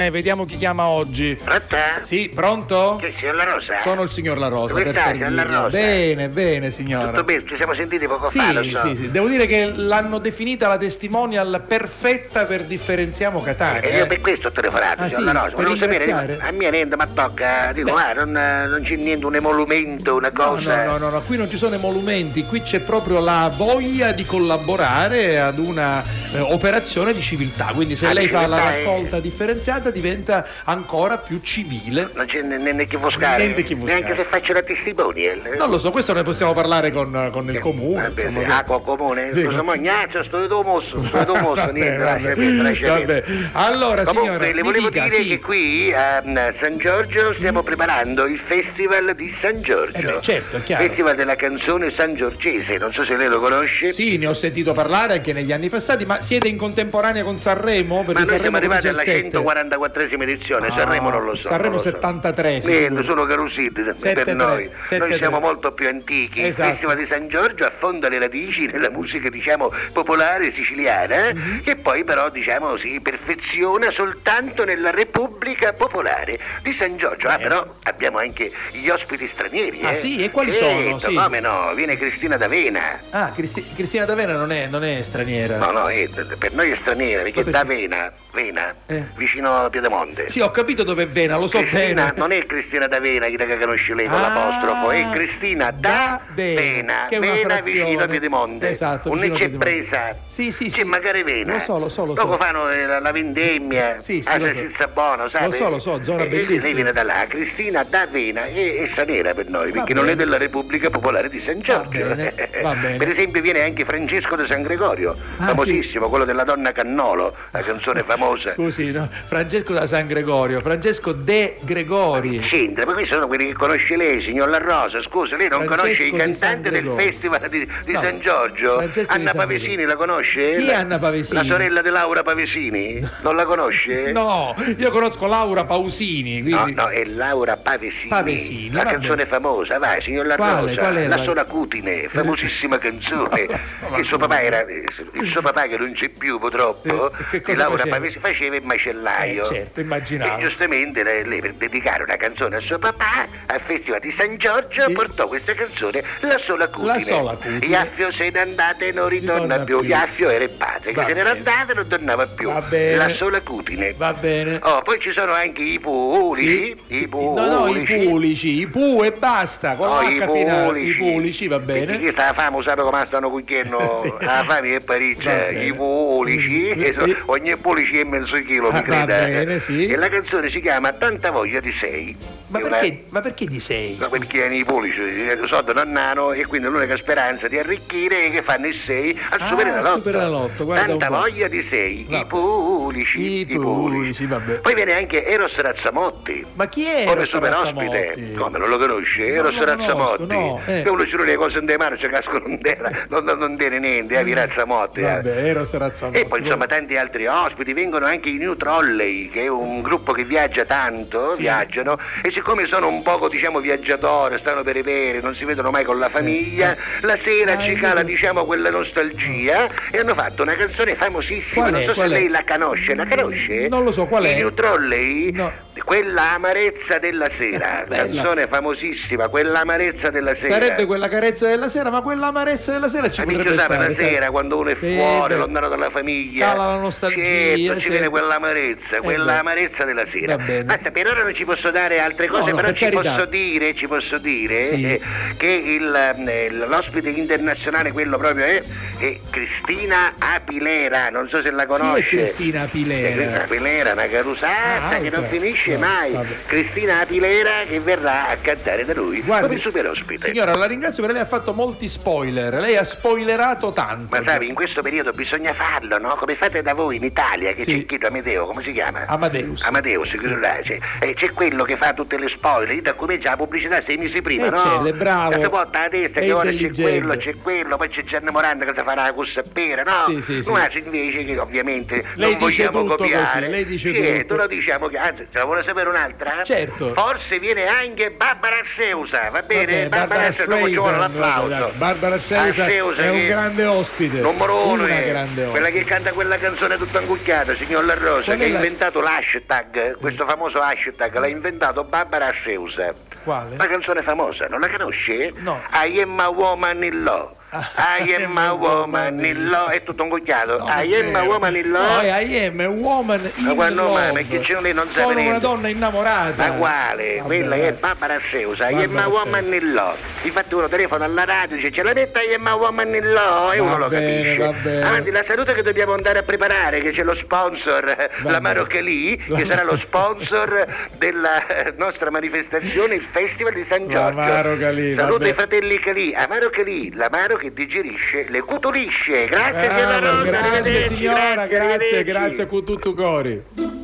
bene, vediamo chi chiama oggi. Pronto? Sì, pronto? Che signor La Rosa? Sono il signor La Rosa. Come per stai, signor La servirla. Rosa? Bene, signora. Tutto bene, ci siamo sentiti poco Sì, fa, lo so. sì. Devo dire che l'hanno definita la testimonial perfetta per Differenziamo Catania. E io per questo ho telefonato, Ah, signor sì? La Rosa. Per Volevo sapere, ringraziare? a me niente, ma tocca, dico, non c'è niente, un emolumento, una cosa. No, qui non ci sono emolumenti, qui c'è proprio la voglia di collaborare ad una operazione di civiltà, quindi se lei fa la raccolta differenziata diventa ancora più civile. Non c'è niente che buscare, neanche se faccio la testimonial. Non lo so, questo ne possiamo parlare con il comune. Vabbè, insomma, sì, acqua comune, sì. scusa, mognaccio, sto mosso, niente, lascia Vabbè. perdere. Allora, Comunque, signora, le volevo dica, dire sì. che qui a San Giorgio stiamo preparando il Festival di San Giorgio. Certo, è chiaro. Festival della canzone sangiorgese, non so se lei lo conosce. Sì, ne ho sentito parlare anche negli anni passati, ma siete in contemporanea con Sanremo? Ma noi siamo arrivati alla 147. 144esima edizione, Sanremo non lo so. Sanremo non lo so. 73. Niente, sono carusini per 73, noi. 73. Noi siamo molto più antichi. Esatto. Il Festival di San Giorgio affonda le radici nella musica, diciamo, popolare siciliana, che poi però, diciamo, si perfeziona soltanto nella Repubblica Popolare di San Giorgio. Però abbiamo anche gli ospiti stranieri. Ah, sì? E quali Certo, sono? Sì. come no? Viene Cristina D'Avena. Ah, Cristina D'Avena non è straniera. No, per noi è straniera, perché D'Avena, vicino a Piedemonte. Sì, ho capito dove è Vena, lo so Cristina, bene. non è Cristina D'Avena, che conosce lei con l'apostrofo, è Cristina D'Avena, che è una Vena frazione. vicino Piedemonte. Esatto, Non vicino c'è Piedemonte. presa. Sì. C'è magari Vena. Lo so. Dopo fanno la vendemmia, Sì, la lo so. salsiccia buona, sai? Lo so, zona bellissima. Lei viene da là, Cristina D'Avena è straniera per noi, perché non è della Repubblica Popolare di San Giorgio. Va bene. Per esempio viene anche Francesco de San Gregorio, famosissimo, quello della donna Cannolo, la canzone famosa. Scusi, no? Francesco da San Gregorio, Francesco De Gregori. C'entra, ma questi sono quelli che conosce lei, signor La Rosa. Scusa, lei non Francesco conosce i di cantanti San del Gregorio. Festival di No, San Giorgio? Francesco di Anna San Pavesini la conosce? Chi è Anna Pavesini? La sorella di Laura Pavesini? Non la conosce? No, io conosco Laura Pausini. Quindi... No, è Laura Pavesini. La vabbè. canzone famosa, vai, signor La Quale? Rosa. Qual era? La sola cutine, famosissima canzone. Il suo papà che non c'è più purtroppo, che cosa di Laura faceva? Pavesini, faceva il macellaio. Certo, immaginavo. E giustamente lei per dedicare una canzone a suo papà al Festival di San Giorgio portò questa canzone, La sola cutine. La sola cutine. Iaffio se ne andate e non ritorna più. Iaffio era il padre che se n'era andato e non tornava più. Va bene. La sola cutine. Va bene. Oh, poi ci sono anche i pulici. I pulici. I pu e basta, con l'H finale. I pulici, va bene. Perché sta fame, sai come stanno cucchiendo la fame è Parigi. I pulici. Ogni pulici è mezzo chilo, mi creda. Va bene, sì. E la canzone si chiama Tanta voglia di sei. Ma perché di sei? No, perché i pulici sono nonnano e quindi l'unica speranza di arricchire è che fanno il 6 al Superenalotto. Tanta voglia di 6, i pulici. Vabbè. Poi viene anche Eros Razzamotti. Ma chi è come Eros super Razzamotti? ospite? Come non lo conosci? Eros lo Razzamotti. conosco, no, Che uno ci le cose in mano ci cascano in terra, non tiene niente, vi Razzamotti. Vabbè, Eros Razzamotti. E poi insomma tanti altri ospiti, vengono anche i New Trolley, che è un gruppo che viaggia tanto, viaggiano, e siccome sono un poco diciamo viaggiatori, stanno per non si vedono mai con la famiglia, la sera ci cala diciamo quella nostalgia e hanno fatto una canzone famosissima, non so se lei la conosce, Non lo so, qual è? I New Trolley? No. Quella amarezza della sera, canzone famosissima, quella amarezza della sera. Sarebbe quella carezza della sera, ma quella amarezza della sera ci potrebbe stare. La sera quando uno è fuori, lontano dalla famiglia, cala la nostalgia, certo, ci viene quell'amarezza, amarezza della sera. Basta, per ora non ci posso dare altre cose, però ci posso dire che l'ospite internazionale, quello proprio è Cristina Apilera, non so se la conosce. Chi è Cristina Apilera? Cristina Apilera, una carusata che non finisce mai. Cristina Apilera che verrà a cantare da noi come super ospite. Signora, la ringrazio perché lei ha fatto molti spoiler, lei ha spoilerato tanto. Ma sai, in questo periodo bisogna farlo, no? Come fate da voi in Italia, che c'è chiedo Amedeo, come si chiama? Amadeus, c'è quello che fa tutte le spoiler, da come già la pubblicità 6 mesi prima, no? È bravo. Si porta la testa, che ora c'è quello, poi c'è Gianni Moranda che si farà la corsa a pera, no? Noi invece che ovviamente lei non vogliamo copiare. Così, lei dice tutto. Lo diciamo che anzi, se la vuole sapere un'altra? Certo. Forse viene anche Barbara Seusa, va bene? Vabbè, Barbara Seusa, ci vuole l'applauso. Barbara Seusa è un grande ospite. Numero uno, una grande ospite. quella che canta quella canzone tutta angucchiata, signor La Rosa, che ha inventato l'hashtag, questo famoso hashtag, l'ha inventato Barbara Seusa. Quale? Una canzone famosa, non la conosci? No. I am a woman in law. I am a woman in law. È tutto ingocchiato. I am a woman in law. No, I am a woman in love. Ma che c'è lì non sa Sono niente. una donna innamorata. Ma quale? Vabbè. Quella è Barbara Seusa. I am a woman in law. Infatti uno telefona alla radio e dice ce la metta I am a woman in law e uno lo capisce. Va bene. Avanti, la salute che dobbiamo andare a preparare, che c'è lo sponsor, la Marochelì, che sarà lo sponsor della nostra manifestazione, il Festival di San Giorgio. Saluto i fratelli Calì, Amaro Calì, l'amaro che digerisce le cutulisce. Grazie signora Rosa, grazie arrivederci, signora, arrivederci. grazie con tutto cori.